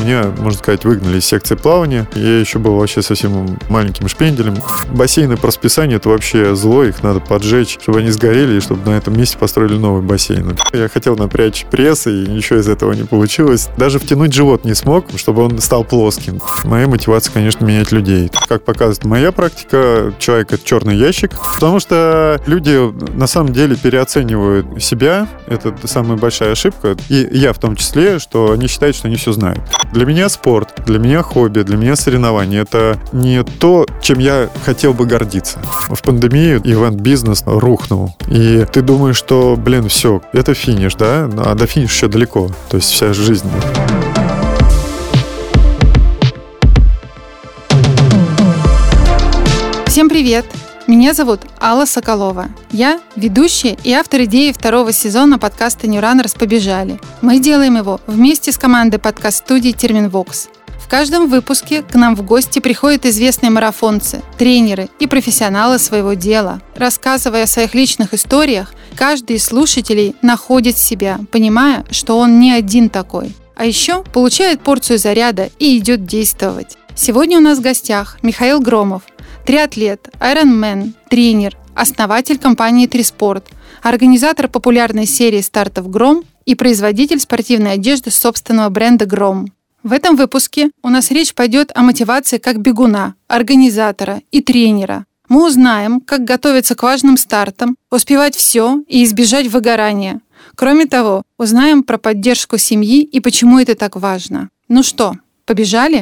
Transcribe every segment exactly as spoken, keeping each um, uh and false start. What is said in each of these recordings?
меня, можно сказать, выгнали из секции плавания. Я еще был вообще совсем маленьким шпенделем. Бассейны по расписанию — это вообще зло, их надо поджечь, чтобы они сгорели, и чтобы на этом месте построили новый бассейн. Я хотел напрячь пресс, и ничего из этого не получилось. Даже втянуть живот не смог, чтобы он стал плоским. Моя мотивация, конечно, менять людей. Как показывает моя практика, человек — это черный ящик, потому что люди на самом деле переоценивают себя. Это самая большая ошибка. И я в том числе, что они считают, что они все знают. Для меня спорт, для меня хобби, для меня соревнования — это не то, чем я хотел бы гордиться. В пандемию ивент-бизнес рухнул. И ты думаешь, что, блин, все, это финиш, да? А до финиша еще далеко. То есть вся жизнь. Всем привет! Меня зовут Алла Соколова. Я ведущая и автор идеи второго сезона подкаста New Runners «Побежали». Мы делаем его вместе с командой подкаст-студии Terminvox. В каждом выпуске к нам в гости приходят известные марафонцы, тренеры и профессионалы своего дела. Рассказывая о своих личных историях, каждый из слушателей находит себя, понимая, что он не один такой. А еще получает порцию заряда и идет действовать. Сегодня у нас в гостях Михаил Громов, триатлет, айронмен, тренер, основатель компании Триспорт, организатор популярной серии стартов «Гром» и производитель спортивной одежды собственного бренда «Гром». В этом выпуске у нас речь пойдет о мотивации как бегуна, организатора и тренера. Мы узнаем, как готовиться к важным стартам, успевать все и избежать выгорания. Кроме того, узнаем про поддержку семьи и почему это так важно. Ну что, побежали?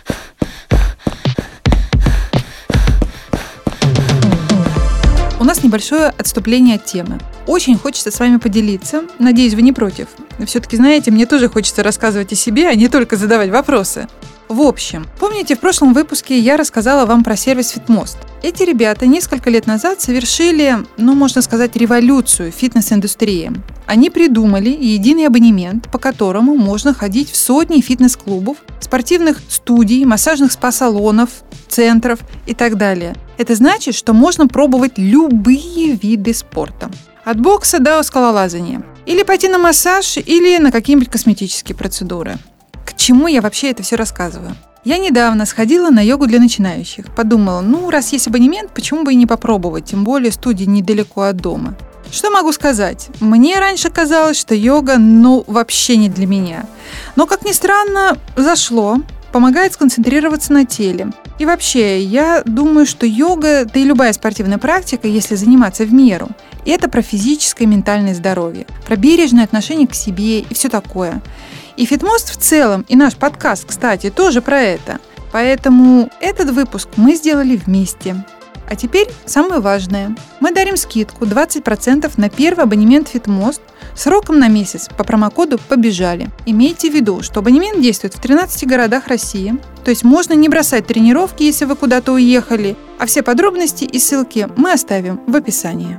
У нас небольшое отступление от темы. Очень хочется с вами поделиться. Надеюсь, вы не против. Все-таки, знаете, мне тоже хочется рассказывать о себе, а не только задавать вопросы. В общем, помните, в прошлом выпуске я рассказала вам про сервис FitMost. Эти ребята несколько лет назад совершили, ну, можно сказать, революцию в фитнес-индустрии. Они придумали единый абонемент, по которому можно ходить в сотни фитнес-клубов, спортивных студий, массажных спа-салонов, центров и так далее. Это значит, что можно пробовать любые виды спорта. От бокса до скалолазания. Или пойти на массаж, или на какие-нибудь косметические процедуры. К чему я вообще это все рассказываю? Я недавно сходила на йогу для начинающих. Подумала, ну, раз есть абонемент, почему бы и не попробовать? Тем более студия недалеко от дома. Что могу сказать? Мне раньше казалось, что йога, ну, вообще не для меня. Но, как ни странно, зашло. Помогает сконцентрироваться на теле. И вообще, я думаю, что йога, да и любая спортивная практика, если заниматься в меру, это про физическое и ментальное здоровье, про бережное отношение к себе и все такое. И FitMost в целом, и наш подкаст, кстати, тоже про это. Поэтому этот выпуск мы сделали вместе. А теперь самое важное. Мы дарим скидку двадцать процентов на первый абонемент FitMost сроком на месяц по промокоду «Побежали». Имейте в виду, что абонемент действует в тринадцати городах России, то есть можно не бросать тренировки, если вы куда-то уехали, а все подробности и ссылки мы оставим в описании.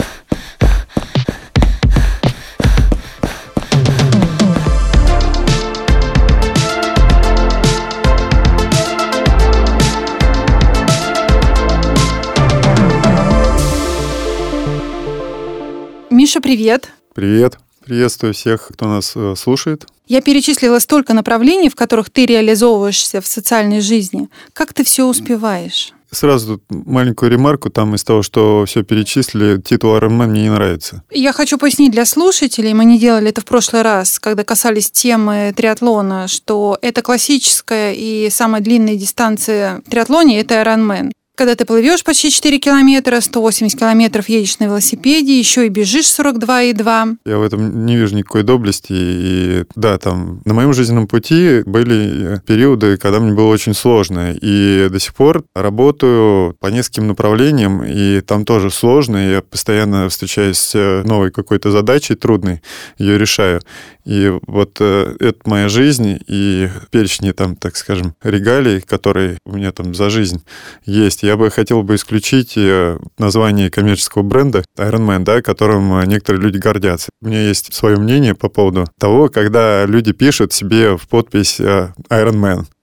Миша, привет! Привет! Приветствую всех, кто нас э, слушает. Я перечислила столько направлений, в которых ты реализовываешься в социальной жизни. Как ты все успеваешь? Сразу тут маленькую ремарку, там из того, что все перечислили, титул Ironman мне не нравится. Я хочу пояснить для слушателей, мы не делали это в прошлый раз, когда касались темы триатлона, что это классическая и самая длинная дистанция в триатлоне – это Ironman. Когда ты плывешь почти четыре километра, сто восемьдесят километров едешь на велосипеде, еще и бежишь сорок два и два. Я в этом не вижу никакой доблести. И да, там на моем жизненном пути были периоды, когда мне было очень сложно. И до сих пор работаю по нескольким направлениям, и там тоже сложно. Я постоянно встречаюсь с новой какой-то задачей трудной, ее решаю. И вот э, это моя жизнь, и перечни там, так скажем, регалий, которые у меня там за жизнь есть. Я бы хотел бы исключить название коммерческого бренда Ironman, да, которым некоторые люди гордятся. У меня есть свое мнение по поводу того, когда люди пишут себе в подпись Ironman.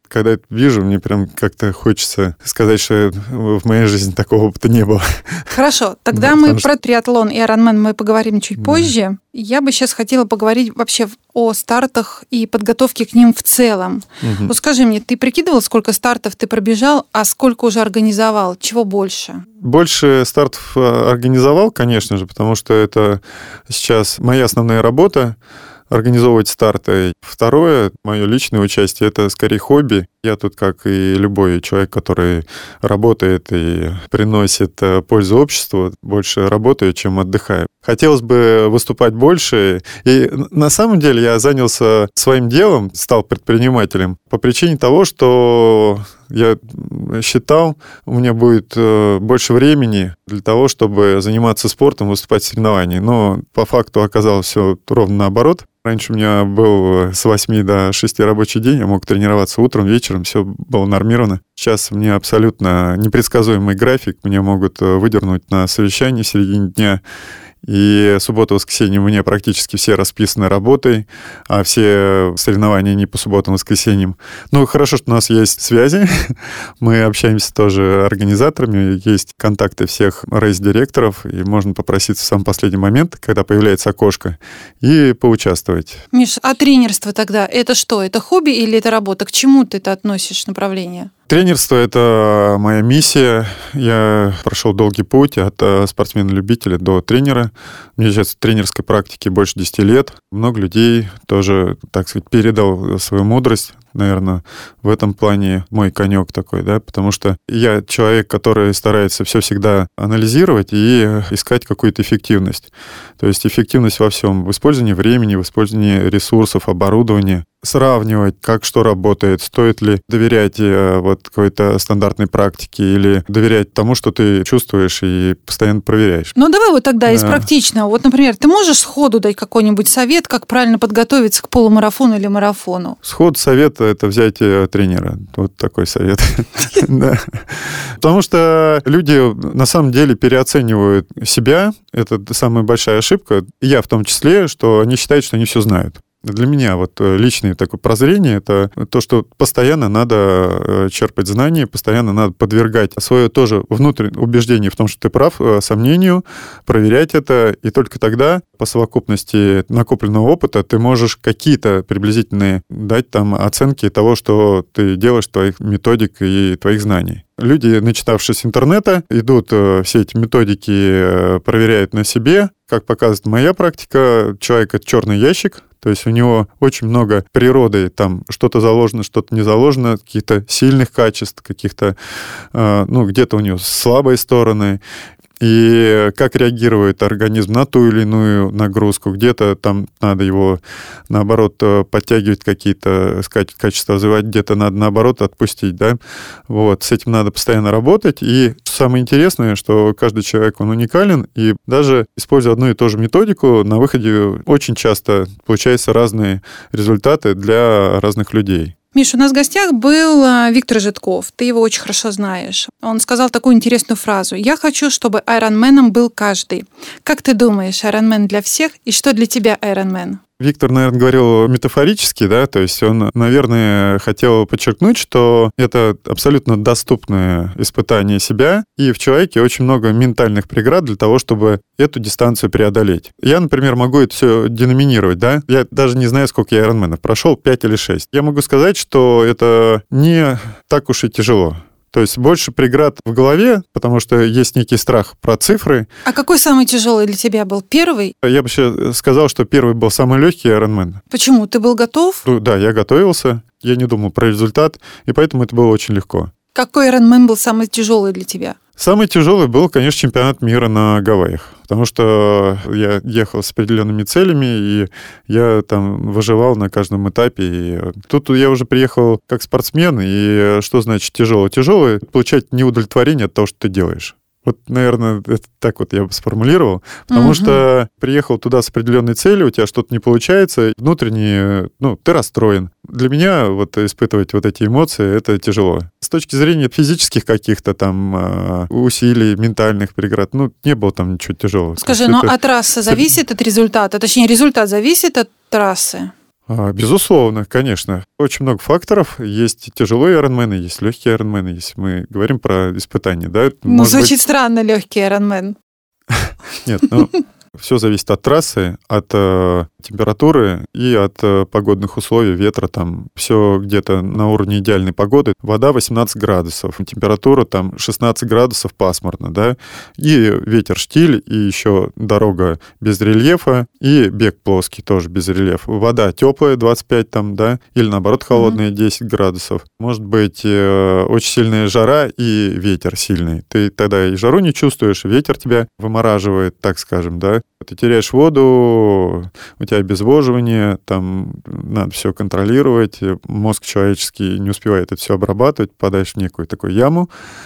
когда это вижу, мне прям как-то хочется сказать, что в моей жизни такого опыта не было. Хорошо, тогда да, мы что... про триатлон и Ironman мы поговорим чуть да. позже. Я бы сейчас хотела поговорить вообще о стартах и подготовке к ним в целом. Угу. Вот скажи мне, ты прикидывал, сколько стартов ты пробежал, а сколько уже организовал? Чего больше? Больше стартов организовал, конечно же, потому что это сейчас моя основная работа — организовывать старты. Второе, мое личное участие, это скорее хобби. Я тут, как и любой человек, который работает и приносит пользу обществу, больше работаю, чем отдыхаю. Хотелось бы выступать больше. И на самом деле я занялся своим делом, стал предпринимателем по причине того, что я считал, у меня будет больше времени для того, чтобы заниматься спортом, выступать в соревнованиях. Но по факту оказалось все ровно наоборот. Раньше у меня был с восьми до шести рабочий день, я мог тренироваться утром, вечером, все было нормировано. Сейчас у меня абсолютно непредсказуемый график, меня могут выдернуть на совещание в середине дня. И суббота-воскресенье у меня практически все расписаны работой, а все соревнования не по субботам, воскресеньям. Ну, хорошо, что у нас есть связи. Мы общаемся тоже организаторами, есть контакты всех рейс-директоров, и можно попроситься в самый последний момент, когда появляется окошко, и поучаствовать. Миш, а тренерство тогда это что? Это хобби или это работа? К чему ты это относишь направление? Тренерство — это моя миссия. Я прошел долгий путь от спортсмена-любителя до тренера. Мне сейчас в тренерской практике больше десяти лет. Много людей тоже, так сказать, передал свою мудрость. Наверное, в этом плане мой конек такой, да, потому что я человек, который старается все всегда анализировать и искать какую-то эффективность. То есть эффективность во всем, в использовании времени, в использовании ресурсов, оборудования, сравнивать, как что работает, стоит ли доверять вот какой-то стандартной практике или доверять тому, что ты чувствуешь и постоянно проверяешь. Ну, давай вот тогда из практичного. Вот, например, ты можешь сходу дать какой-нибудь совет, как правильно подготовиться к полумарафону или марафону? Сход совета — это взятие тренера. Вот такой совет. Потому что люди на самом деле переоценивают себя. Это самая большая ошибка. Я в том числе, что они считают, что они все знают. Для меня вот личное такое прозрение — это то, что постоянно надо черпать знания, постоянно надо подвергать свое тоже внутреннее убеждение в том, что ты прав, сомнению, проверять это, и только тогда по совокупности накопленного опыта ты можешь какие-то приблизительные дать там оценки того, что ты делаешь, твоих методик и твоих знаний. Люди, начитавшись интернета, идут все эти методики, проверяют на себе. Как показывает моя практика, человек — это черный ящик. То есть у него очень много природы, там что-то заложено, что-то не заложено, каких-то сильных качеств, каких-то, ну, где-то у него слабые стороны. И как реагирует организм на ту или иную нагрузку. Где-то там надо его, наоборот, подтягивать какие-то качества, развивать, где-то надо, наоборот, отпустить, да. Вот, с этим надо постоянно работать. И самое интересное, что каждый человек, он уникален, и даже используя одну и ту же методику, на выходе очень часто получаются разные результаты для разных людей. Миш, у нас в гостях был Виктор Житков, ты его очень хорошо знаешь. Он сказал такую интересную фразу: «Я хочу, чтобы айронменом был каждый». Как ты думаешь, айронмен для всех, и что для тебя айронмен? Виктор, наверное, говорил метафорически, да, то есть он, наверное, хотел подчеркнуть, что это абсолютно доступное испытание себя, и в человеке очень много ментальных преград для того, чтобы эту дистанцию преодолеть. Я, например, могу это все деноминировать, да, я даже не знаю, сколько я айронменов прошел, пять или шесть. Я могу сказать, что это не так уж и тяжело. То есть больше преград в голове, потому что есть некий страх про цифры. А какой самый тяжелый для тебя был? Первый? Я бы еще сказал, что первый был самый легкий айронмен. Почему? Ты был готов? Ну, да, я готовился, я не думал про результат, и поэтому это было очень легко. Какой айронмен был самый тяжелый для тебя? Самый тяжелый был, конечно, чемпионат мира на Гавайях, потому что я ехал с определенными целями, и я там выживал на каждом этапе. И тут я уже приехал как спортсмен, и что значит тяжелый? Тяжелый — получать неудовлетворение от того, что ты делаешь. Вот, наверное, это так вот я бы сформулировал. Потому угу. что приехал туда с определенной целью, у тебя что-то не получается, внутренне, ну, ты расстроен. Для меня вот испытывать вот эти эмоции — это тяжело. С точки зрения физических каких-то там усилий, ментальных преград, ну, не было там ничего тяжелого. Скажи, но это... а трасса зависит от результата? Точнее, результат зависит от трассы? Безусловно, конечно. Очень много факторов. Есть тяжелые айронмены, есть легкие айронмены, если мы говорим про испытания. Да? Ну, Может звучит быть... странно, легкий айронмен. Нет, ну... Все зависит от трассы, от э, температуры и от э, погодных условий, ветра. Там все где-то на уровне идеальной погоды. Вода восемнадцать градусов, температура там шестнадцать градусов пасмурно, да, и ветер штиль, и еще дорога без рельефа, и бег плоский тоже без рельефа. Вода теплая двадцать пять там, да, или наоборот холодная десять градусов. Может быть э, очень сильная жара и ветер сильный. Ты тогда и жару не чувствуешь, ветер тебя вымораживает, так скажем, да. Ты теряешь воду, у тебя обезвоживание, там надо все контролировать, мозг человеческий не успевает это все обрабатывать, попадаешь в некую такую яму,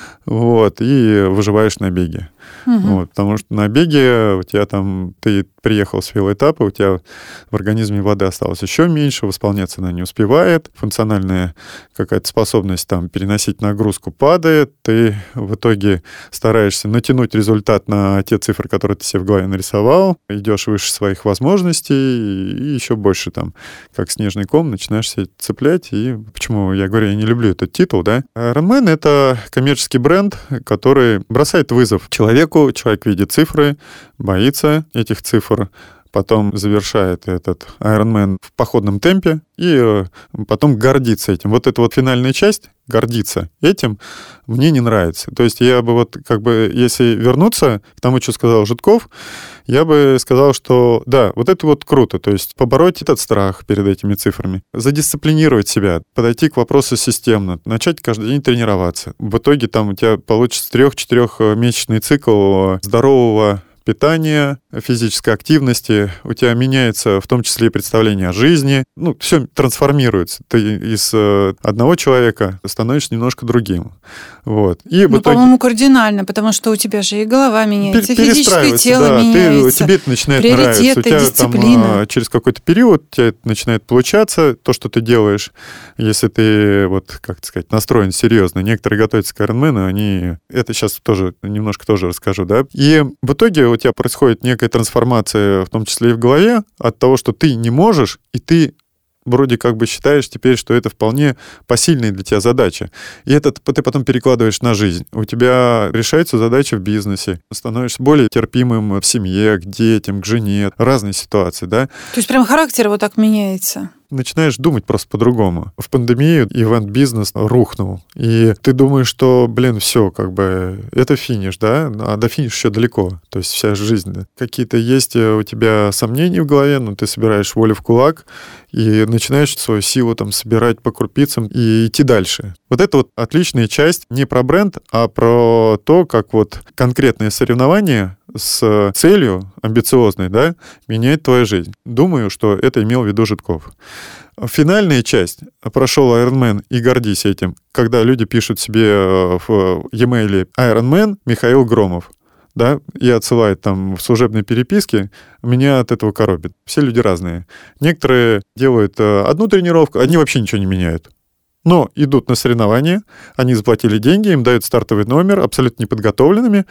вот, и выживаешь на беге. Угу. Вот, потому что на беге у тебя там, ты приехал с велоэтапа, у тебя в организме воды осталось еще меньше, восполняться она не успевает, функциональная какая-то способность там переносить нагрузку падает, ты в итоге стараешься натянуть результат на те цифры, которые ты себе в голове нарисовал, идешь выше своих возможностей и еще больше там, как снежный ком, начинаешь себя цеплять. И почему я говорю, я не люблю этот титул, да? Ironman — это коммерческий бренд, который бросает вызов человеку, человек видит цифры, боится этих цифр, потом завершает этот Ironman в походном темпе и потом гордится этим. Вот эта вот финальная часть, гордиться этим, мне не нравится. То есть я бы вот как бы, если вернуться к тому, что сказал Жидков, я бы сказал, что да, вот это вот круто. То есть побороть этот страх перед этими цифрами, задисциплинировать себя, подойти к вопросу системно, начать каждый день тренироваться. В итоге там у тебя получится трех-четырехмесячный цикл здорового питания, физической активности, у тебя меняется в том числе и представление о жизни. Ну, все трансформируется. Ты из одного человека становишься немножко другим. Вот. И ну, итоге... по-моему, кардинально, потому что у тебя же и голова меняется, и физическое тело да, меняется. Ты, тебе это начинает нравиться. У тебя дисциплина. Там, через какой-то период у тебя это начинает получаться, то, что ты делаешь, если ты, вот, как сказать, настроен серьезно. Некоторые готовятся к Ironman, они... Это сейчас тоже немножко тоже расскажу, да. И в итоге у тебя происходит некая трансформация, в том числе и в голове, от того, что ты не можешь, и ты вроде как бы считаешь теперь, что это вполне посильная для тебя задача. И это ты потом перекладываешь на жизнь. У тебя решается задача в бизнесе, становишься более терпимым в семье, к детям, к жене, разные ситуации, да. То есть прям характер вот так меняется? Начинаешь думать просто по-другому. В пандемию ивент-бизнес рухнул. И ты думаешь, что, блин, все, как бы, это финиш, да? А до финиша еще далеко. То есть вся жизнь. Да? Какие-то есть у тебя сомнения в голове, но ты собираешь волю в кулак и начинаешь свою силу там собирать по крупицам и идти дальше. Вот это вот отличная часть не про бренд, а про то, как вот конкретное соревнование с целью амбициозной, да, меняет твою жизнь. Думаю, что это имел в виду Жидков. Финальная часть. Прошел Ironman и гордись этим. Когда люди пишут себе в e-mail Ironman Михаил Громов, да, и отсылает там в служебной переписке, меня от этого коробит. Все люди разные. Некоторые делают одну тренировку, одни вообще ничего не меняют. Но идут на соревнования, они заплатили деньги, им дают стартовый номер, абсолютно неподготовленными.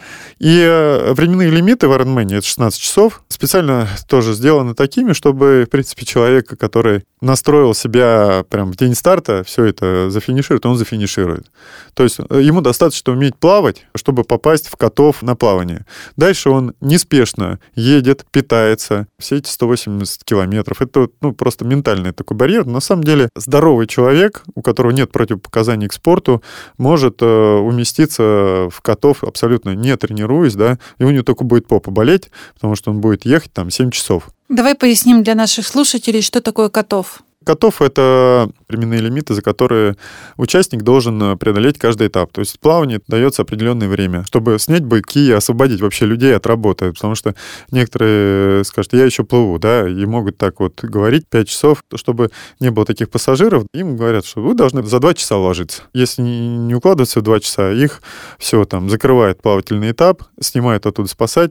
И временные лимиты в Ironman — это шестнадцать часов. Специально тоже сделаны такими, чтобы, в принципе, человек, который настроил себя прям в день старта, все это зафиниширует, он зафиниширует. То есть ему достаточно уметь плавать, чтобы попасть в катов на плавание. Дальше он неспешно едет, питается. Все эти сто восемьдесят километров. Это ну, просто ментальный такой барьер. На самом деле здоровый человек, у которого нет противопоказаний к спорту, может э, уместиться в катов абсолютно не тренируясь, да, и у него только будет попа болеть, потому что он будет ехать там семь часов. Давай поясним для наших слушателей, что такое катов. Катов — это временные лимиты, за которые участник должен преодолеть каждый этап. То есть плавание дается определенное время, чтобы снять байки и освободить вообще людей от работы. Потому что некоторые скажут, я еще плыву, да, и могут так вот говорить пять часов, чтобы не было таких пассажиров. Им говорят, что вы должны за два часа ложиться. Если не укладываться в два часа, их все там закрывает плавательный этап, снимают оттуда спасателей.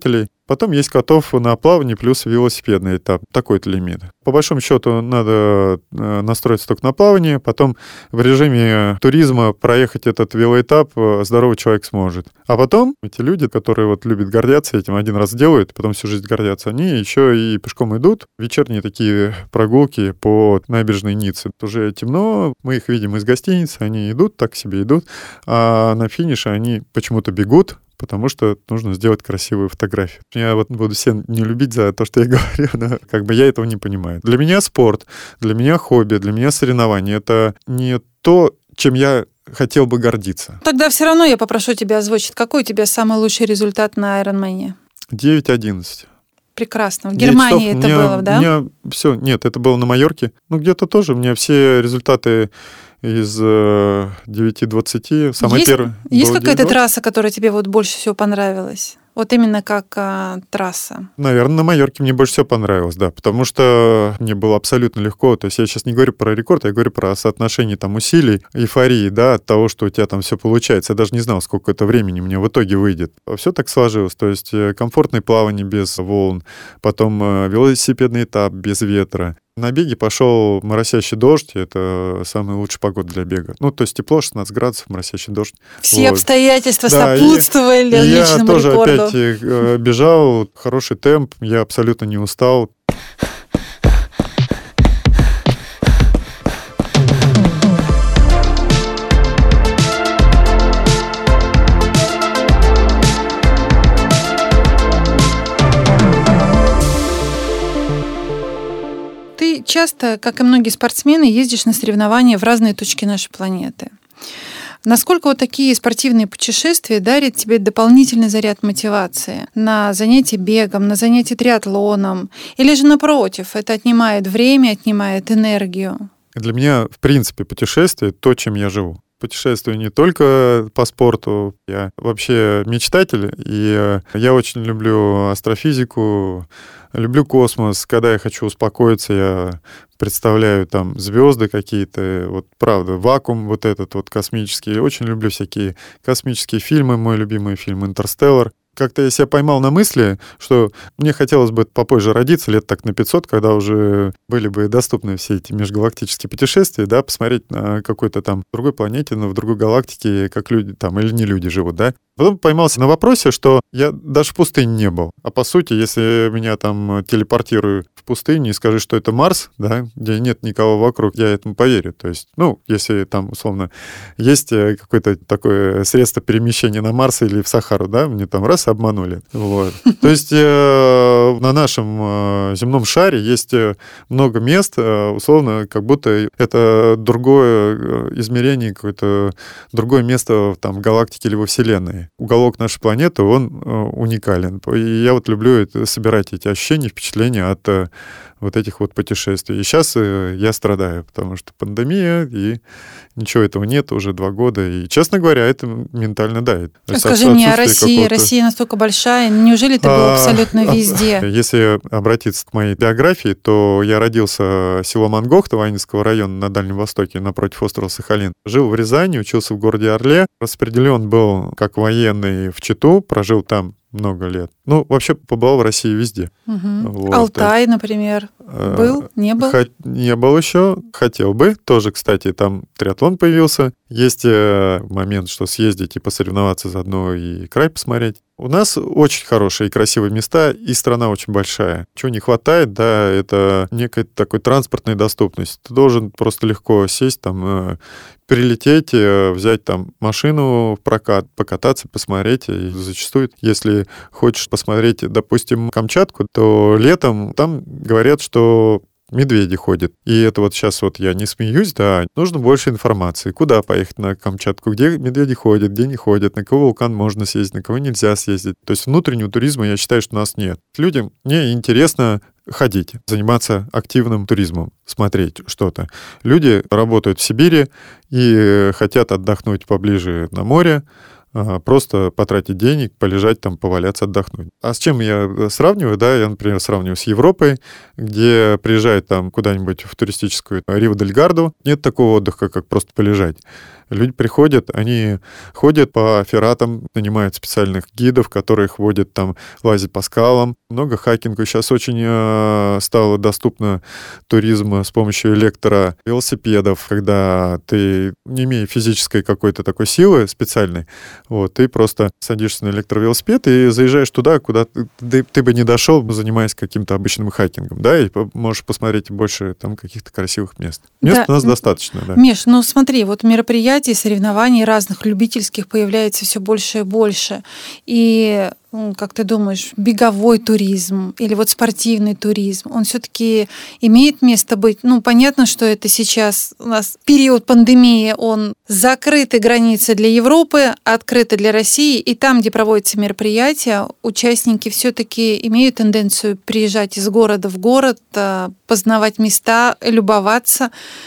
Потом есть катов на плавание плюс велосипедный этап. Такой-то лимит. По большому счету надо настроиться только на плавание, потом в режиме туризма проехать этот велоэтап здоровый человек сможет. А потом эти люди, которые вот любят гордятся этим, один раз делают, потом всю жизнь гордятся, они еще и пешком идут. Вечерние такие прогулки по набережной Ниццы. Уже темно, мы их видим из гостиницы, они идут, так себе идут, а на финише они почему-то бегут, потому что нужно сделать красивую фотографию. Я вот буду всем не любить за то, что я говорю, но как бы я этого не понимаю. Для меня спорт, для меня хобби, для меня соревнования — это не то, чем я хотел бы гордиться. Тогда все равно я попрошу тебя озвучить, какой у тебя самый лучший результат на Ironman? девять одиннадцать. Прекрасно. В Германии это меня, было, да? У меня все, нет, это было на Майорке. Ну, где-то тоже. У меня все результаты из э, девять двадцать. Самое есть, первое. Есть какая-то трасса, которая тебе вот больше всего понравилась? Вот именно как а, трасса. Наверное, на Майорке мне больше всего понравилось, да, потому что мне было абсолютно легко. То есть я сейчас не говорю про рекорд, я говорю про соотношение там усилий, эйфории, да, от того, что у тебя там все получается. Я даже не знал, сколько это времени мне в итоге выйдет. Все так сложилось. То есть комфортное плавание без волн, потом велосипедный этап без ветра. На беге пошел моросящий дождь, это самая лучшая погода для бега. Ну, то есть тепло, шестнадцать градусов, моросящий дождь. Все вот. Обстоятельства да, сопутствовали и, личному я тоже рекорду. опять э, бежал, хороший темп, я абсолютно не устал. Ты часто, как и многие спортсмены, ездишь на соревнования в разные точки нашей планеты. Насколько вот такие спортивные путешествия дарят тебе дополнительный заряд мотивации на занятия бегом, на занятия триатлоном? Или же напротив, это отнимает время, отнимает энергию? Для меня, в принципе, путешествие — то, чем я живу. Путешествую не только по спорту, я вообще мечтатель, и я очень люблю астрофизику, люблю космос. Когда я хочу успокоиться, я представляю там звезды какие-то, вот правда, вакуум вот этот вот космический. Очень люблю всякие космические фильмы, мой любимый фильм «Интерстеллар». Как-то я себя поймал на мысли, что мне хотелось бы попозже родиться, лет так на пятьсот, когда уже были бы доступны все эти межгалактические путешествия, да, посмотреть на какой-то там другой планете, но в другой галактике, как люди там или не люди живут, да. Потом поймался на вопросе, что я даже в пустыне не был. А по сути, если меня там телепортируют в пустыню и скажут, что это Марс, да, где нет никого вокруг, я этому поверю. То есть, ну, если там, условно, есть какое-то такое средство перемещения на Марс или в Сахару, да, мне там раз обманули. Вот. То есть на нашем земном шаре есть много мест, условно, как будто это другое измерение, какое-то другое место там в галактике или во Вселенной. Уголок нашей планеты, он уникален. И я вот люблю это, собирать эти ощущения, впечатления от вот этих вот путешествий. И сейчас я страдаю, потому что пандемия, и ничего этого нет уже два года. И, честно говоря, это ментально давит. Скажи мне, а Россия, Россия настолько большая, неужели ты был абсолютно везде? Если обратиться к моей биографии, то я родился в село Мангохта Ванинского района на Дальнем Востоке, напротив острова Сахалин. Жил в Рязани, учился в городе Орле, распределен был как военный в Читу, прожил там много лет. Ну, вообще побывал в России везде. Угу. Вот. Алтай, например, был? Не был? Х- не был еще. Хотел бы. Тоже, кстати, там триатлон появился. Есть момент, что съездить и посоревноваться заодно и край посмотреть. У нас очень хорошие и красивые места, и страна очень большая. Чего не хватает, да, это некая такой транспортная доступность. Ты должен просто легко сесть там, прилететь, взять там машину в прокат, покататься, посмотреть. И зачастую, если хочешь посмотреть, допустим, Камчатку, то летом там говорят, что медведи ходят. И это вот сейчас вот я не смеюсь, да, нужно больше информации. Куда поехать на Камчатку, где медведи ходят, где не ходят, на кого вулкан можно съездить, на кого нельзя съездить. То есть внутреннего туризма, я считаю, что у нас нет. Людям не интересно ходить, заниматься активным туризмом, смотреть что-то. Люди работают в Сибири и хотят отдохнуть поближе на море, просто потратить денег, полежать там, поваляться, отдохнуть. А с чем я сравниваю? Да, я, например, сравниваю с Европой, где приезжают там куда-нибудь в туристическую Рио-дель-Гарду. Нет такого отдыха, как просто полежать. Люди приходят, они ходят по ферратам, нанимают специальных гидов, которые их водят там, лазят по скалам. Много хайкинга. Сейчас очень э, стало доступно туризм с помощью электровелосипедов, когда ты, не имея физической какой-то такой силы специальной, вот, ты просто садишься на электровелосипед и заезжаешь туда, куда ты, ты бы не дошел, занимаясь каким-то обычным хайкингом, да, и можешь посмотреть больше там каких-то красивых мест. Мест да. у нас достаточно, да. Миш, ну смотри, вот мероприятий, соревнований разных любительских появляется все больше и больше. И, как ты думаешь, беговой туризм или вот спортивный туризм, он все-таки имеет место быть? Ну, понятно, что это сейчас у нас период пандемии, он закрыты границы для Европы, открыты для России, и там, где проводятся мероприятия, участники все-таки имеют тенденцию приезжать из города в город, познавать места, любоваться,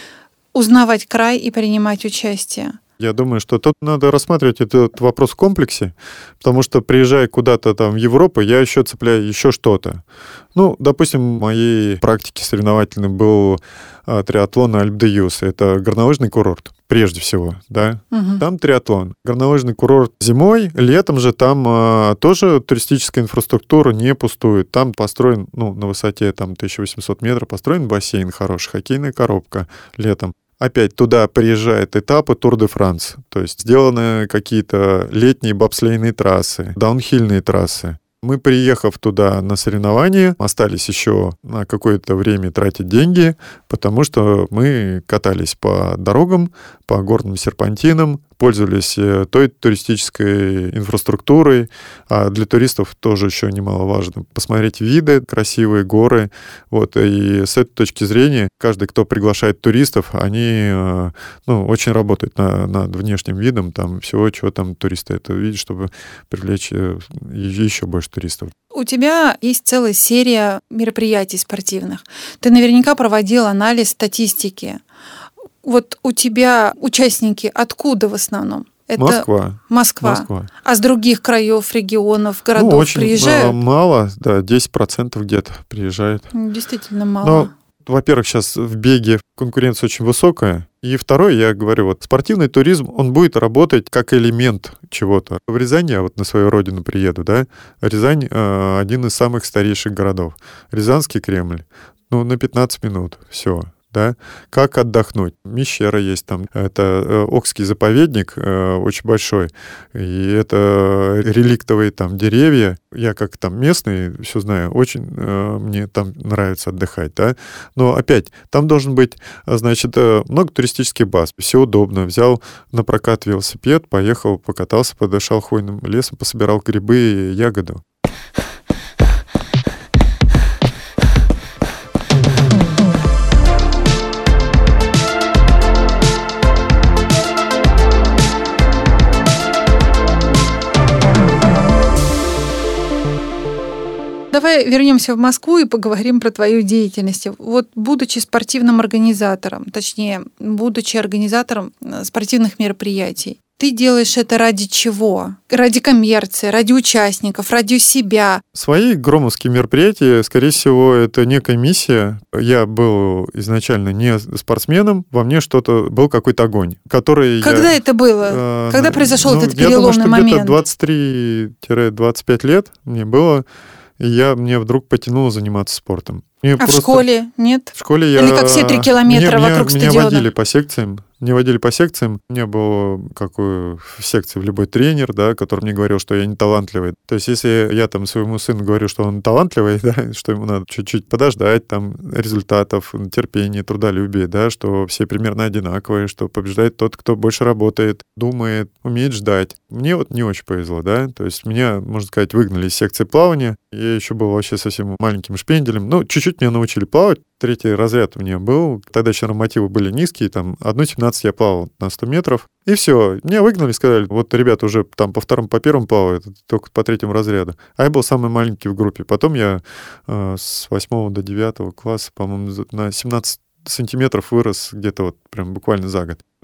узнавать край и принимать участие. Я думаю, что тут надо рассматривать этот вопрос в комплексе, потому что, приезжая куда-то там в Европу, я еще цепляю еще что-то. Ну, допустим, в моей практике соревновательной был а, триатлон Альп-де-Юз. Это горнолыжный курорт, прежде всего, да. Угу. Там триатлон. Горнолыжный курорт зимой, летом же там а, тоже туристическая инфраструктура не пустует. Там построен, ну, на высоте там тысяча восемьсот метров, построен бассейн хороший, хоккейная коробка летом. Опять туда приезжают этапы Тур-де-Франс, то есть сделаны какие-то летние бобслейные трассы, даунхильные трассы. Мы, приехав туда на соревнования, остались еще на какое-то время тратить деньги, потому что мы катались по дорогам, по горным серпантинам, пользовались той туристической инфраструктурой. А для туристов тоже еще немаловажно посмотреть виды, красивые горы. Вот. И с этой точки зрения каждый, кто приглашает туристов, они ну, очень работают на, над внешним видом там, всего, чего там туристы это видят, чтобы привлечь еще больше туристов. У тебя есть целая серия мероприятий спортивных. Ты наверняка проводил анализ статистики. Вот у тебя участники откуда в основном? Это Москва. Москва. Москва. А с других краев, регионов, городов ну, очень приезжают? Мало, да, десять процентов где-то приезжают. Действительно мало. Но, во-первых, сейчас в беге конкуренция очень высокая. И второе, я говорю, вот спортивный туризм, он будет работать как элемент чего-то. В Рязань я вот на свою родину приеду, да. Рязань э, один из самых старейших городов. Рязанский Кремль. Ну, на пятнадцать минут. Все. Да? Как отдохнуть? Мещера есть там. Это э, Окский заповедник, э, очень большой. И это реликтовые там деревья. Я как там местный, все знаю, очень э, мне там нравится отдыхать. Да? Но опять, там должен быть, значит, э, много туристических баз. Все удобно. Взял на прокат велосипед, поехал, покатался, подышал хвойным лесом, пособирал грибы и ягоды. Давай вернемся в Москву и поговорим про твою деятельность. Вот будучи спортивным организатором, точнее, будучи организатором спортивных мероприятий, ты делаешь это ради чего? Ради коммерции, ради участников, ради себя? Свои громовские мероприятия, скорее всего, это некая миссия. Я был изначально не спортсменом, во мне что-то, был какой-то огонь, который Когда я, это было? Э, Когда произошел ну, этот я переломный думаю, что момент? где-то двадцать три - двадцать пять лет мне было, и я, мне вдруг потянуло заниматься спортом. Мне а просто... в школе нет? В школе я... Или как все три километра меня, вокруг меня, стадиона? Меня водили по секциям. Меня водили по секциям. У меня был какой в секции в любой тренер, да, который мне говорил, что я не талантливый. То есть если я там своему сыну говорю, что он талантливый, да, что ему надо чуть-чуть подождать там результатов, терпения, трудолюбия, да, что все примерно одинаковые, что побеждает тот, кто больше работает, думает, умеет ждать. Мне вот не очень повезло, да. То есть меня, можно сказать, выгнали из секции плавания. Я еще был вообще совсем маленьким шпенделем. Ну, чуть-чуть меня научили плавать. Третий разряд у меня был. Тогда еще нормативы были низкие. Там одна семнадцать я плавал на сто метров. И все. Меня выгнали, сказали, вот ребята уже там по второму, по первому плавают, только по третьему разряду. А я был самый маленький в группе. Потом я э, с восьмого до девятого класса, по-моему, на семнадцать сантиметров вырос где-то вот прям буквально за год.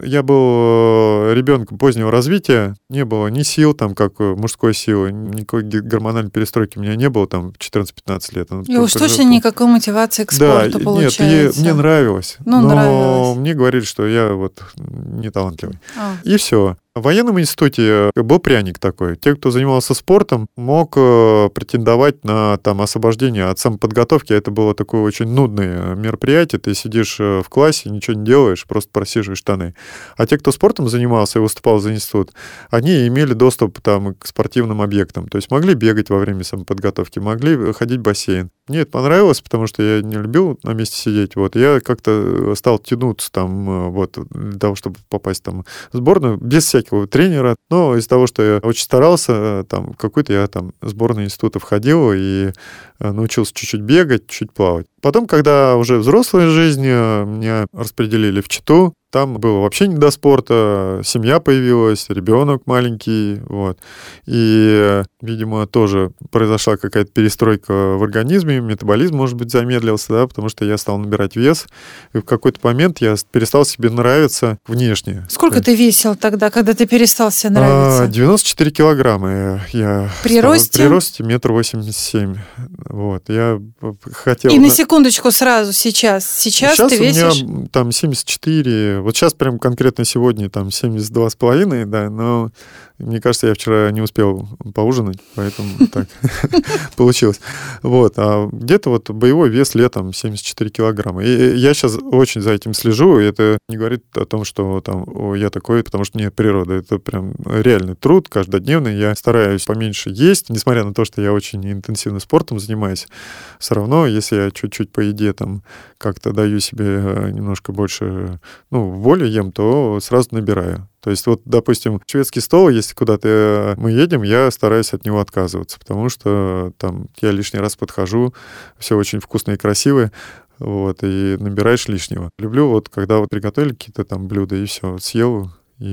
Я был ребенком позднего развития, не было ни сил, там, как мужской силы, никакой гормональной перестройки у меня не было, там, четырнадцать-пятнадцать лет. И уж точно никакой мотивации к спорту, да, получается. Нет, мне нравилось, ну, но нравилось. мне говорили, что я вот не талантливый. А. И все. В военном институте был пряник такой. Те, кто занимался спортом, мог претендовать на там, освобождение от самоподготовки. Это было такое очень нудное мероприятие. Ты сидишь в классе, ничего не делаешь, просто просиживаешь штаны. А те, кто спортом занимался и выступал за институт, они имели доступ там, к спортивным объектам. То есть могли бегать во время самоподготовки, могли ходить в бассейн. Мне это понравилось, потому что я не любил на месте сидеть. Вот. Я как-то стал тянуться там, вот, для того, чтобы попасть там, в сборную, без всякого тренера. Но из-за того, что я очень старался, там, какой-то я там в сборную института входил и научился чуть-чуть бегать, чуть плавать. Потом, когда уже взрослая жизнь, меня распределили в Читу, там было вообще не до спорта, семья появилась, ребенок маленький, вот. И, видимо, тоже произошла какая-то перестройка в организме, метаболизм, может быть, замедлился, да, потому что я стал набирать вес, и в какой-то момент я перестал себе нравиться внешне. Сколько ты весил тогда, когда ты перестал себе нравиться? девяносто четыре килограмма я при росте? При росте метр восемьдесят семь. Вот, я хотел... И на секундочку сразу сейчас. Сейчас, сейчас ты весишь? у меня там семьдесят четыре. Вот сейчас прям конкретно сегодня там семьдесят два с половиной, да, но мне кажется, я вчера не успел поужинать, поэтому так получилось. Вот, а где-то вот боевой вес летом семьдесят четыре килограмма. И я сейчас очень за этим слежу, и это не говорит о том, что там о, я такой, потому что нет природы. Это прям реальный труд, каждодневный. Я стараюсь поменьше есть, несмотря на то, что я очень интенсивно спортом занимаюсь. Все равно, если я чуть-чуть по еде там как-то даю себе немножко больше, ну, воли ем, то сразу набираю. То есть вот, допустим, шведский стол, если куда-то мы едем, я стараюсь от него отказываться, потому что там я лишний раз подхожу, все очень вкусно и красиво, вот, и набираешь лишнего. Люблю вот, когда вот приготовили какие-то там блюда, и все, съел,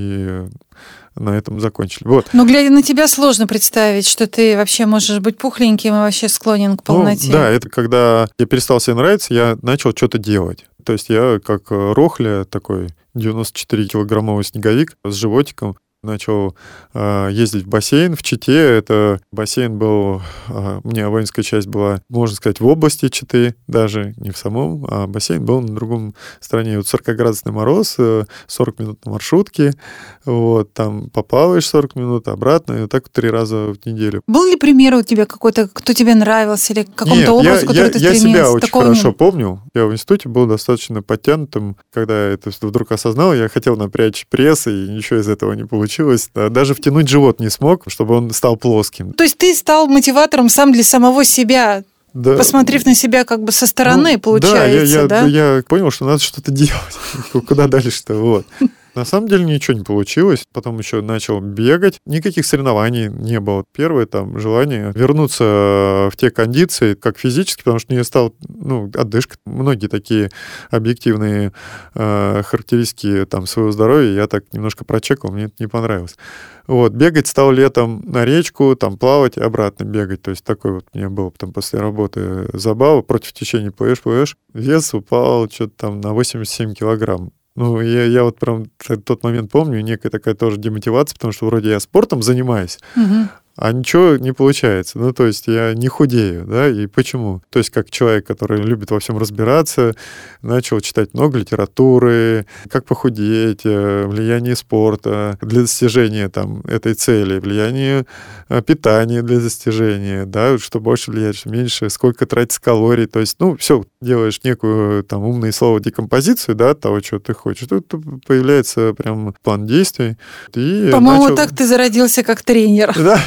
и на этом закончили. Вот. Но глядя на тебя, сложно представить, что ты вообще можешь быть пухленьким и вообще склонен к полноте. Ну, да, это когда я перестал себе нравиться, я начал что-то делать. То есть я как рохля такой девяносто четыре килограммовый снеговик с животиком начал э, ездить в бассейн в Чите. Это бассейн был, э, у меня воинская часть была, можно сказать, в области Читы, даже не в самом, а бассейн был на другом стороне. Вот сорокаградусный мороз, э, сорок минут на маршрутке, вот, там поплаваешь сорок минут, обратно, и вот так три раза в неделю. Был ли пример у тебя какой-то, кто тебе нравился, или к какому-то Нет, образу, я, который я, ты я стремился? себя очень Такого хорошо не... помню. Я в институте был достаточно подтянутым. Когда я это вдруг осознал, я хотел напрячь пресс, и ничего из этого не получилось. Даже втянуть живот не смог, чтобы он стал плоским. То есть ты стал мотиватором сам для самого себя, да. Посмотрев на себя как бы со стороны, ну, получается, да? Я, да? Я, я понял, что надо что-то делать. Куда дальше-то? Вот. На самом деле ничего не получилось. Потом еще начал бегать. Никаких соревнований не было. Первое там желание вернуться в те кондиции, как физически, потому что мне стал, ну, одышка. Многие такие объективные э, характеристики там, своего здоровья я так немножко прочекал, мне это не понравилось. Вот, бегать стал летом на речку, там плавать и обратно бегать. То есть такой вот у меня был там после работы забава. Против течения плывешь, плывешь. Вес упал что-то там на восемьдесят семь килограмм. Ну, я, я вот прям тот момент помню, некая такая тоже демотивация, потому что вроде я спортом занимаюсь, угу. а ничего не получается. Ну, то есть я не худею, да, и почему? То есть как человек, который любит во всем разбираться, начал читать много литературы, как похудеть, влияние спорта для достижения там этой цели, влияние питания для достижения, да, что больше влияет, что меньше, сколько тратить калорий, то есть, ну, все, делаешь некую там умное слово декомпозицию, да, от того, что ты хочешь. Тут появляется прям план действий. И По-моему, начал... так ты зародился как тренер. Да,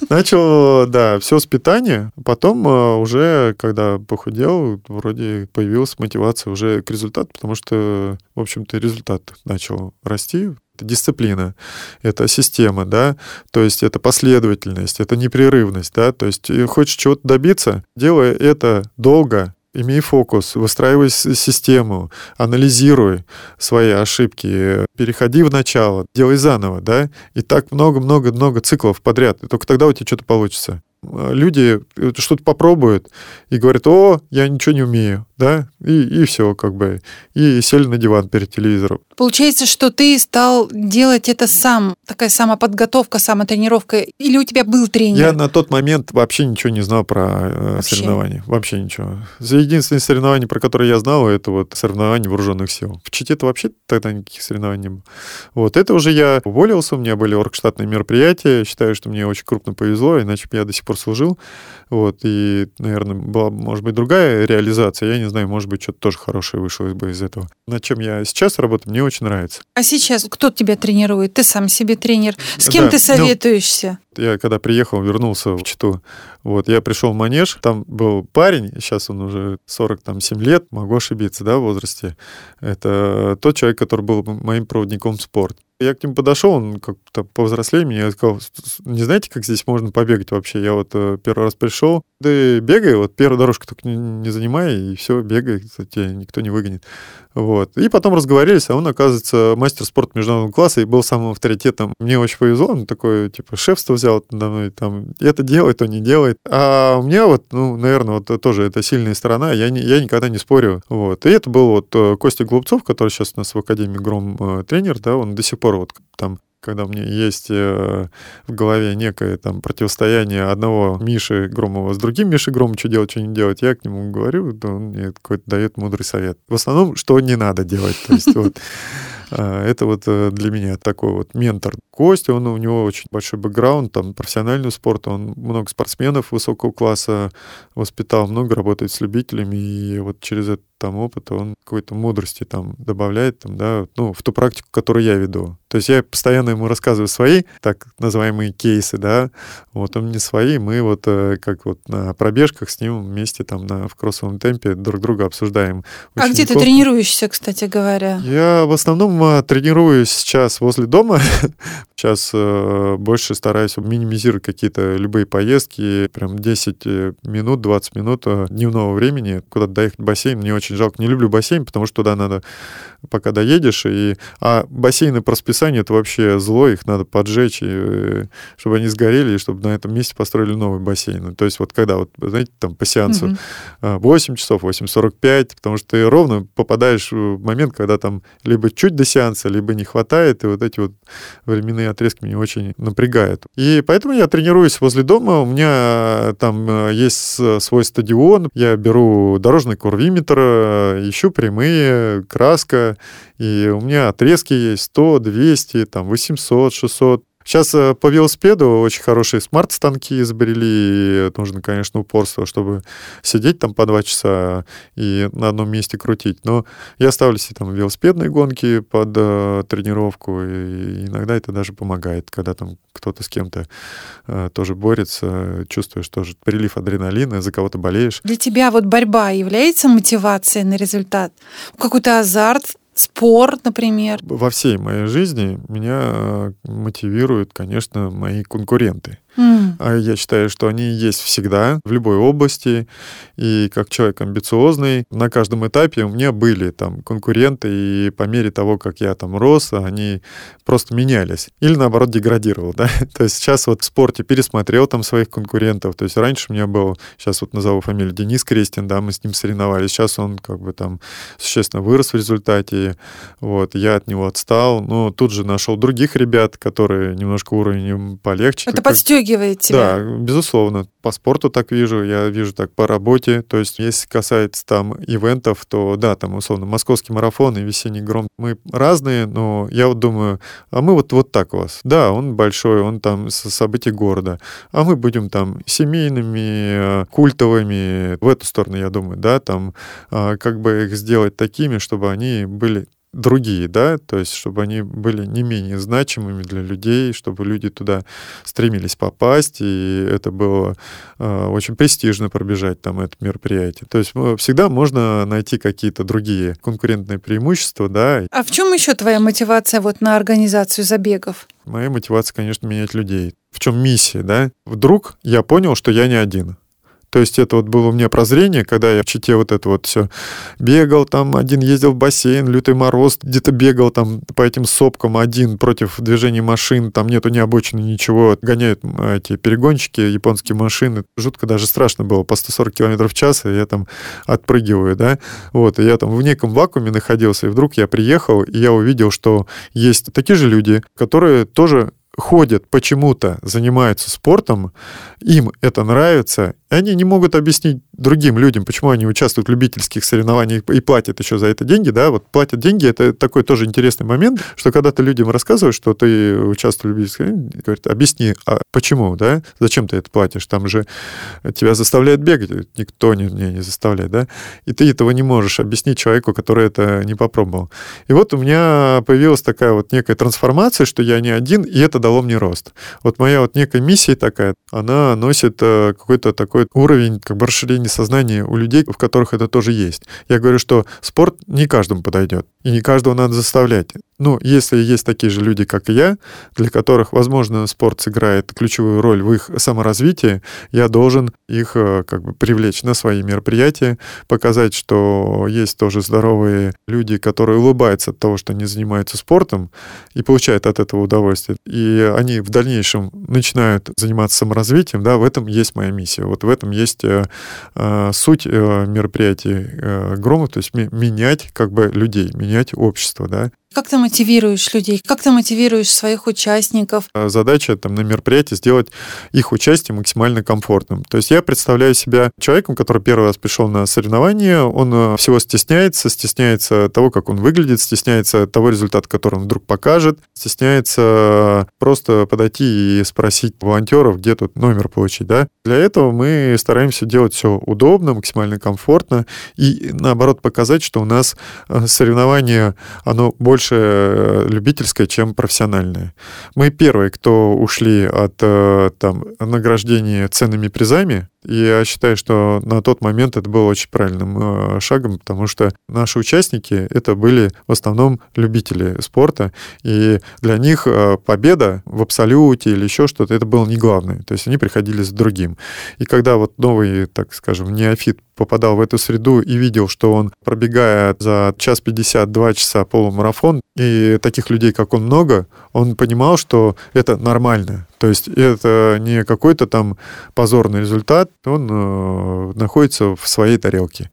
начал, да, все с питания. Потом уже, когда похудел, вроде появилась мотивация уже к результату, потому что, в общем-то, результат начал расти. Это дисциплина, это система, да, то есть это последовательность, это непрерывность, да, то есть хочешь чего-то добиться, делай это долго, имей фокус, выстраивай систему, анализируй свои ошибки, переходи в начало, делай заново, да, и так много-много-много циклов подряд, и только тогда у тебя что-то получится. Люди что-то попробуют и говорят: о, я ничего не умею. да, и, и все, как бы, и сели на диван перед телевизором. Получается, что ты стал делать это сам, такая самоподготовка, самотренировка, или у тебя был тренер? Я на тот момент вообще ничего не знал про э, соревнования, вообще ничего. Единственное соревнование, про которое я знал, это вот соревнования вооруженных сил. В Чите-то вообще тогда никаких соревнований не было. Вот, это уже я уволился, у меня были оргштатные мероприятия, считаю, что мне очень крупно повезло, иначе бы я до сих пор служил. Вот, и, наверное, была, может быть, другая реализация, я не знаю, может быть, что-то тоже хорошее вышло бы из этого. Над чем я сейчас работаю, мне очень нравится. А сейчас кто тебя тренирует? Ты сам себе тренер. С кем да, ты советуешься? Ну, я когда приехал, вернулся в Читу, вот, я пришел в манеж, там был парень, сейчас он уже сорок семь лет, могу ошибиться, да, в возрасте. Это тот человек, который был моим проводником в спорт. Я к нему подошел, он как-то повзрослее меня, я сказал, не знаете, как здесь можно побегать вообще? Я вот первый раз пришел, да бегай, вот первую дорожку только не, не занимай, и все, бегай, тебя никто не выгонит. Вот. И потом разговорились, а он, оказывается, мастер спорта международного класса и был самым авторитетом. Мне очень повезло, он такое, типа, шефство взял надо мной, там, это делает, то не делает. А у меня вот, ну, наверное, вот тоже это сильная сторона, я, не, я никогда не спорю. Вот. И это был вот Костя Голубцов, который сейчас у нас в Академии Гром тренер, да, он до сих пор вот там, когда у меня есть э, в голове некое там противостояние одного Миши Громова с другим Мишей Громовым, что делать, что не делать, я к нему говорю, да, он мне какой-то дает мудрый совет. В основном, что не надо делать. То есть вот это вот для меня такой вот ментор. Костя, он, у него очень большой бэкграунд, там, профессиональный спорт, он много спортсменов высокого класса воспитал, много работает с любителями, и вот через этот там опыт он какой-то мудрости там добавляет, там, да, ну, в ту практику, которую я веду. То есть я постоянно ему рассказываю свои, так называемые кейсы, да, вот он мне свои, мы вот как вот на пробежках с ним вместе там на, в кроссовом темпе друг друга обсуждаем. А где ты тренируешься, кстати говоря? Я в основном тренируюсь сейчас возле дома. Сейчас э, больше стараюсь минимизировать какие-то любые поездки. Прям десять минут, двадцать минут дневного времени куда-то доехать в бассейн. Мне очень жалко. Не люблю бассейн, потому что туда надо, пока доедешь. И... А бассейны по расписанию — это вообще зло. Их надо поджечь, и, чтобы они сгорели, и чтобы на этом месте построили новый бассейн. То есть вот когда, вот, знаете, там по сеансу mm-hmm. восемь часов, восемь сорок пять, потому что ты ровно попадаешь в момент, когда там либо чуть до сеанса, либо не хватает, и вот эти вот временные отрезки меня очень напрягают. И поэтому я тренируюсь возле дома, у меня там есть свой стадион, я беру дорожный курвиметр, ищу прямые, краска, и у меня отрезки есть сто, двести, там, восемьсот, шестьсот. Сейчас по велосипеду очень хорошие смарт-станки изобрели. Нужно, конечно, упорство, чтобы сидеть там по два часа и на одном месте крутить. Но я ставлю себе там велосипедные гонки под э, тренировку, и иногда это даже помогает, когда там кто-то с кем-то э, тоже борется, чувствуешь тоже прилив адреналина, за кого-то болеешь. Для тебя вот борьба является мотивацией на результат? Какой-то азарт? Спорт, например? Во всей моей жизни меня мотивируют, конечно, мои конкуренты. Mm. Я считаю, что они есть всегда, в любой области. И как человек амбициозный, на каждом этапе у меня были там конкуренты, и по мере того, как я там рос, они просто менялись. Или, наоборот, деградировал, да. То есть сейчас вот в спорте пересмотрел там своих конкурентов. То есть раньше у меня был, сейчас вот назову фамилию, Денис Крестин, да, мы с ним соревновались. Сейчас он как бы там существенно вырос в результате. Вот, я от него отстал. Но тут же нашел других ребят, которые немножко уровень полегче. Это подстегивает тебя? Да, безусловно. По спорту так вижу, я вижу так по работе. То есть, если касается там ивентов, то да, там, условно, московский марафон и весенний гром. Мы разные, но я вот думаю, а мы вот, вот так у вас. Да, он большой, он там с событий города. А мы будем там семейными, культовыми. В эту сторону, я думаю, да, там как бы их сделать такими, чтобы они были другие, да, то есть чтобы они были не менее значимыми для людей, чтобы люди туда стремились попасть, и это было э, очень престижно пробежать там это мероприятие. То есть всегда можно найти какие-то другие конкурентные преимущества, да. А в чем еще твоя мотивация вот на организацию забегов? Моя мотивация, конечно, менять людей. В чем миссия, да? Вдруг я понял, что я не один. То есть это вот было у меня прозрение, когда я в Чите вот это вот все бегал, там один ездил в бассейн, лютый мороз, где-то бегал там по этим сопкам один против движения машин, там нету ни обочины, ничего, гоняют эти перегонщики, японские машины. Жутко даже страшно было, по сто сорок километров в час, и я там отпрыгиваю, да, вот, и я там в неком вакууме находился, и вдруг я приехал, и я увидел, что есть такие же люди, которые тоже ходят почему-то, занимаются спортом, им это нравится, и они не могут объяснить другим людям, почему они участвуют в любительских соревнованиях и платят еще за это деньги, да, вот платят деньги, это такой тоже интересный момент, что когда ты людям рассказываешь, что ты участвуешь в любительских соревнованиях, говорят, объясни, а почему, да, зачем ты это платишь, там же тебя заставляют бегать, никто не, не, не заставляет, да, и ты этого не можешь объяснить человеку, который это не попробовал. И вот у меня появилась такая вот некая трансформация, что я не один, и это дало мне рост. Вот моя вот некая миссия такая, она носит какой-то такой уровень как бы расширения сознания у людей, в которых это тоже есть. Я говорю, что спорт не каждому подойдет, и не каждого надо заставлять. Ну, если есть такие же люди, как и я, для которых, возможно, спорт сыграет ключевую роль в их саморазвитии, я должен их как бы привлечь на свои мероприятия, показать, что есть тоже здоровые люди, которые улыбаются от того, что они занимаются спортом и получают от этого удовольствие. И они в дальнейшем начинают заниматься саморазвитием, да, в этом есть моя миссия. Вот в этом есть э, э, суть э, мероприятий э, Громов, то есть менять как бы людей, менять общество, да. Как ты мотивируешь людей? Как ты мотивируешь своих участников? Задача там, на мероприятии сделать их участие максимально комфортным. То есть я представляю себя человеком, который первый раз пришел на соревнования, он всего стесняется, стесняется того, как он выглядит, стесняется того результата, который он вдруг покажет, стесняется просто подойти и спросить волонтеров, где тут номер получить. Да? Для этого мы стараемся делать все удобно, максимально комфортно и, наоборот, показать, что у нас соревнование, оно больше любительское, чем профессиональное. Мы первые, кто ушли от там, награждения ценными призами, и я считаю, что на тот момент это было очень правильным шагом, потому что наши участники — это были в основном любители спорта, и для них победа в абсолюте или еще что-то, это было не главное. То есть они приходили с другим. И когда вот новый, так скажем, неофит попадал в эту среду и видел, что он, пробегая за час пятьдесят, два часа полумарафон, и таких людей, как он, много, он понимал, что это нормально. То есть это не какой-то там позорный результат, он э, находится в своей тарелке.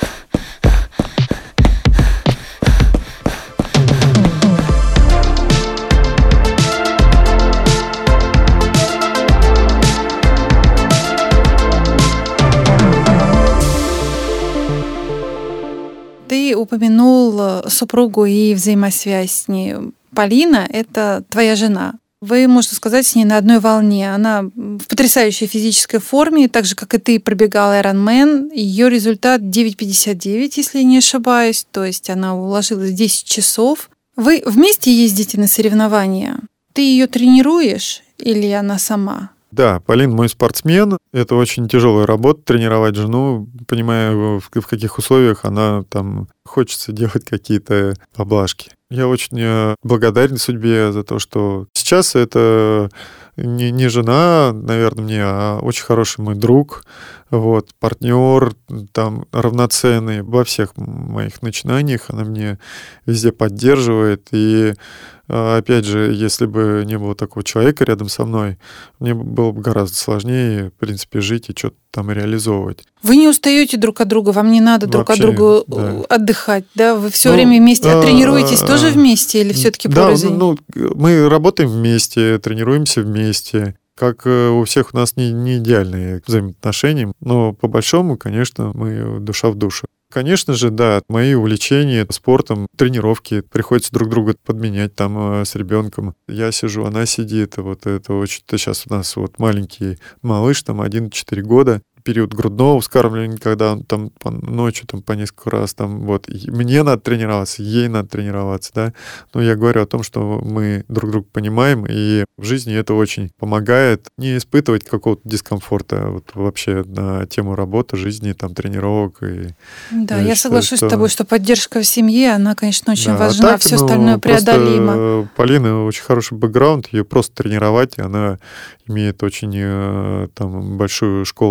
Ты упомянул супругу и взаимосвязь с ней. Полина — это твоя жена. Вы, можно сказать, с ней на одной волне. Она в потрясающей физической форме, так же, как и ты, пробегала Ironman. Ее результат девять пятьдесят девять, если я не ошибаюсь. То есть она уложилась в десять часов. Вы вместе ездите на соревнования? Ты ее тренируешь или она сама? Да, Полин мой спортсмен. Это очень тяжелая работа, тренировать жену, понимая, в, в каких условиях она там хочется делать какие-то поблажки. Я очень благодарен судьбе за то, что сейчас это не, не жена, наверное, мне, а очень хороший мой друг, вот, партнер, там, равноценный во всех моих начинаниях. Она мне везде поддерживает. И опять же, если бы не было такого человека рядом со мной, мне было бы гораздо сложнее, в принципе, жить и что-то там реализовывать. Вы не устаете друг от друга, вам не надо друг Вообще, от друга да. отдыхать, да? Вы все ну, время вместе, а, а тренируетесь а, тоже вместе или все-таки да, порознь? Ну, мы работаем вместе, тренируемся вместе. Как у всех у нас не, не идеальные взаимоотношения, но по большому, конечно, мы душа в душу. Конечно же, да, мои увлечения спортом, тренировки, приходится друг друга подменять там с ребенком. Я сижу, она сидит, вот это очень... Сейчас у нас вот маленький малыш, там один-четыре года, период грудного вскармливания, когда он там по ночью там по несколько раз там вот и мне надо тренироваться, ей надо тренироваться, да. Но я говорю о том, что мы друг друга понимаем, и в жизни это очень помогает не испытывать какого-то дискомфорта вот вообще на тему работы, жизни, там тренировок. И да, я, я я считаю, соглашусь что... с тобой, что поддержка в семье, она, конечно, очень да, важна, а так, все ну, остальное преодолимо. Полина очень хороший бэкграунд, ее просто тренировать, она имеет очень там большую школу там синхронизации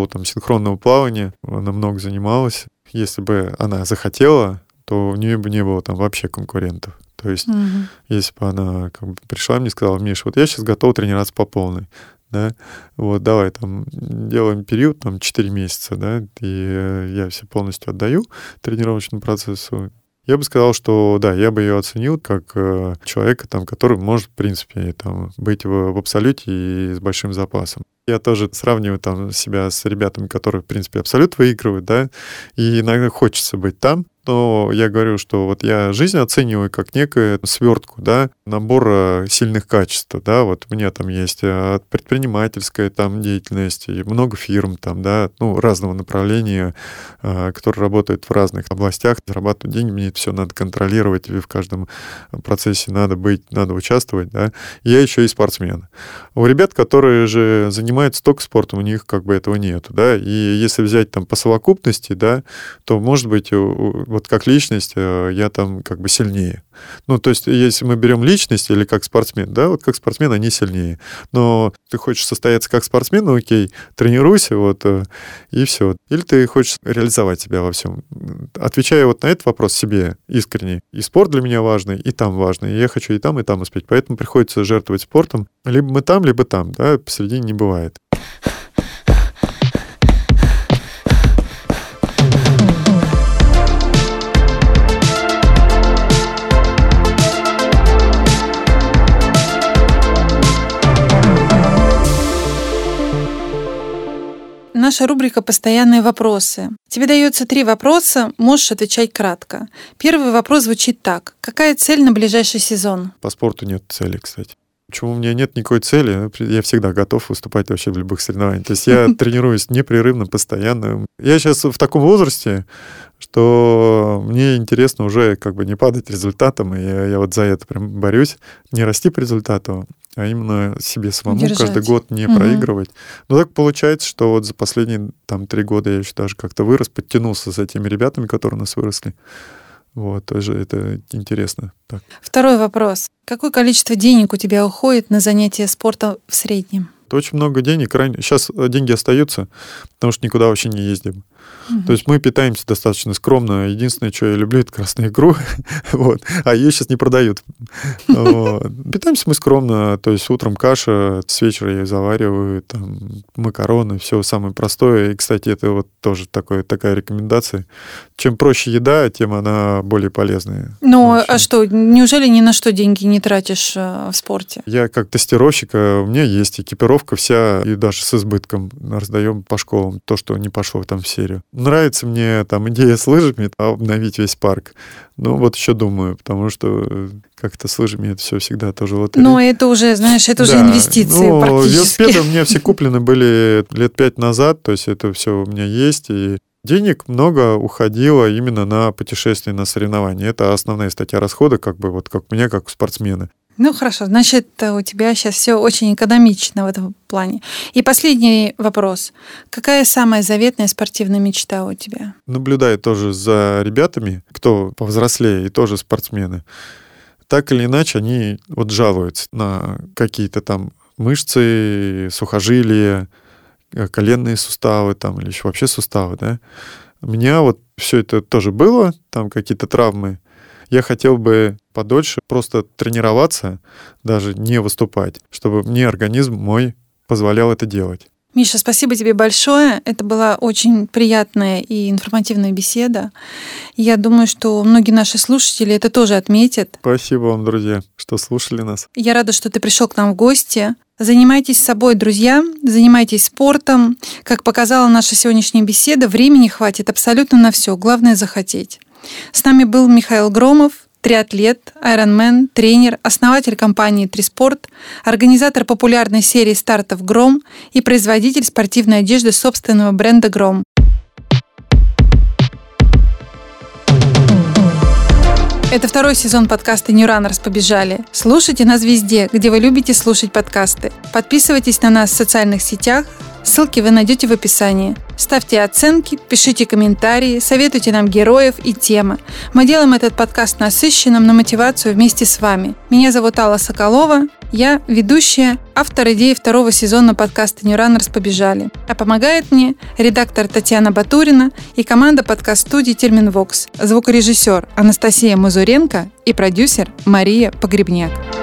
синхронного плавания. Она много занималась. Если бы она захотела, то у нее бы не было там вообще конкурентов. То есть, угу. если бы она как бы пришла мне и сказала: Миш, вот я сейчас готова тренироваться по полной, да, вот давай там делаем период, там, четыре месяца, да, и я все полностью отдаю тренировочному процессу. Я бы сказал, что да, я бы ее оценил как э, человека, там, который может, в принципе, там, быть в, в абсолюте и с большим запасом. Я тоже сравниваю там себя с ребятами, которые, в принципе, абсолют выигрывают, да, и иногда хочется быть там, но я говорю, что вот я жизнь оцениваю как некую свертку, да, набор сильных качеств, да, вот у меня там есть предпринимательская там деятельность, и много фирм там, да, ну, разного направления, которые работают в разных областях, зарабатывают деньги, мне это все надо контролировать, и в каждом процессе надо быть, надо участвовать, да, и я еще и спортсмен. У ребят, которые же занимаются только спортом, у них как бы этого нету, да, и если взять там по совокупности, да, то, может быть, вот как личность я там как бы сильнее. Ну, то есть, если мы берем личность или как спортсмен, да, вот как спортсмен они сильнее. Но ты хочешь состояться как спортсмен, ну, окей, тренируйся, вот, и все. Или ты хочешь реализовать себя во всем. Отвечая вот на этот вопрос себе искренне, и спорт для меня важный, и там важный, и я хочу и там, и там успеть. Поэтому приходится жертвовать спортом. Либо мы там, либо там, да, посередине не бывает. Наша рубрика «Постоянные вопросы». Тебе дается три вопроса, можешь отвечать кратко. Первый вопрос звучит так. Какая цель на ближайший сезон? По спорту нет цели, кстати. Почему у меня нет никакой цели? Я всегда готов выступать вообще в любых соревнованиях. То есть я тренируюсь непрерывно, постоянно. Я сейчас в таком возрасте, что мне интересно уже как бы не падать результатом, и я, я вот за это прям борюсь. Не расти по результату, а именно себе самому Держать. каждый год не угу. проигрывать. Но так получается, что вот за последние там три года я еще даже как-то вырос, подтянулся с этими ребятами, которые у нас выросли. Вот, тоже это интересно. Так. Второй вопрос. Какое количество денег у тебя уходит на занятия спортом в среднем? Это очень много денег. Сейчас деньги остаются, потому что никуда вообще не ездим. Угу. То есть мы питаемся достаточно скромно. Единственное, что я люблю, это красную икру. Вот. А ее сейчас не продают. Питаемся мы скромно. То есть утром каша, с вечера я завариваю, там, макароны, все самое простое. И, кстати, это вот тоже такое, такая рекомендация. Чем проще еда, тем она более полезная. Ну, а что, неужели ни на что деньги не тратишь в спорте? Я как тестировщик, у меня есть экипировка вся, и даже с избытком раздаем по школам то, что не пошло там в серию. Нравится мне там идея с лыжами, обновить весь парк. Ну, вот еще думаю, потому что как-то с лыжами это все всегда тоже лотерея. Ну, это уже, знаешь, это да. уже инвестиции ну, практически. Велосипеды у меня все куплены были лет пять назад, то есть это все у меня есть, и денег много уходило именно на путешествия, на соревнования. Это основная статья расхода, как бы вот как у меня, как у спортсмена. Ну, хорошо. Значит, у тебя сейчас все очень экономично в этом плане. И последний вопрос. Какая самая заветная спортивная мечта у тебя? Наблюдаю тоже за ребятами, кто повзрослее и тоже спортсмены. Так или иначе, они вот жалуются на какие-то там мышцы, сухожилия, коленные суставы там, или еще вообще суставы, да. У меня вот все это тоже было, там какие-то травмы. Я хотел бы подольше просто тренироваться, даже не выступать, чтобы мне организм мой позволял это делать. Миша, спасибо тебе большое. Это была очень приятная и информативная беседа. Я думаю, что многие наши слушатели это тоже отметят. Спасибо вам, друзья, что слушали нас. Я рада, что ты пришел к нам в гости. Занимайтесь собой, друзья, занимайтесь спортом. Как показала наша сегодняшняя беседа, времени хватит абсолютно на все. Главное — захотеть. С нами был Михаил Громов, триатлет, айронмен, тренер, основатель компании «Триспорт», организатор популярной серии стартов «Гром» и производитель спортивной одежды собственного бренда «Гром». Это второй сезон подкаста New Runners «Побежали». Слушайте нас везде, где вы любите слушать подкасты. Подписывайтесь на нас в социальных сетях. Ссылки вы найдете в описании. Ставьте оценки, пишите комментарии, советуйте нам героев и темы. Мы делаем этот подкаст насыщенным на мотивацию вместе с вами. Меня зовут Алла Соколова. Я ведущая, автор идеи второго сезона подкаста New Runners побежали. А помогает мне редактор Татьяна Батурина и команда подкаст-студии Терминвокс, звукорежиссер Анастасия Мазуренко и продюсер Мария Погребняк.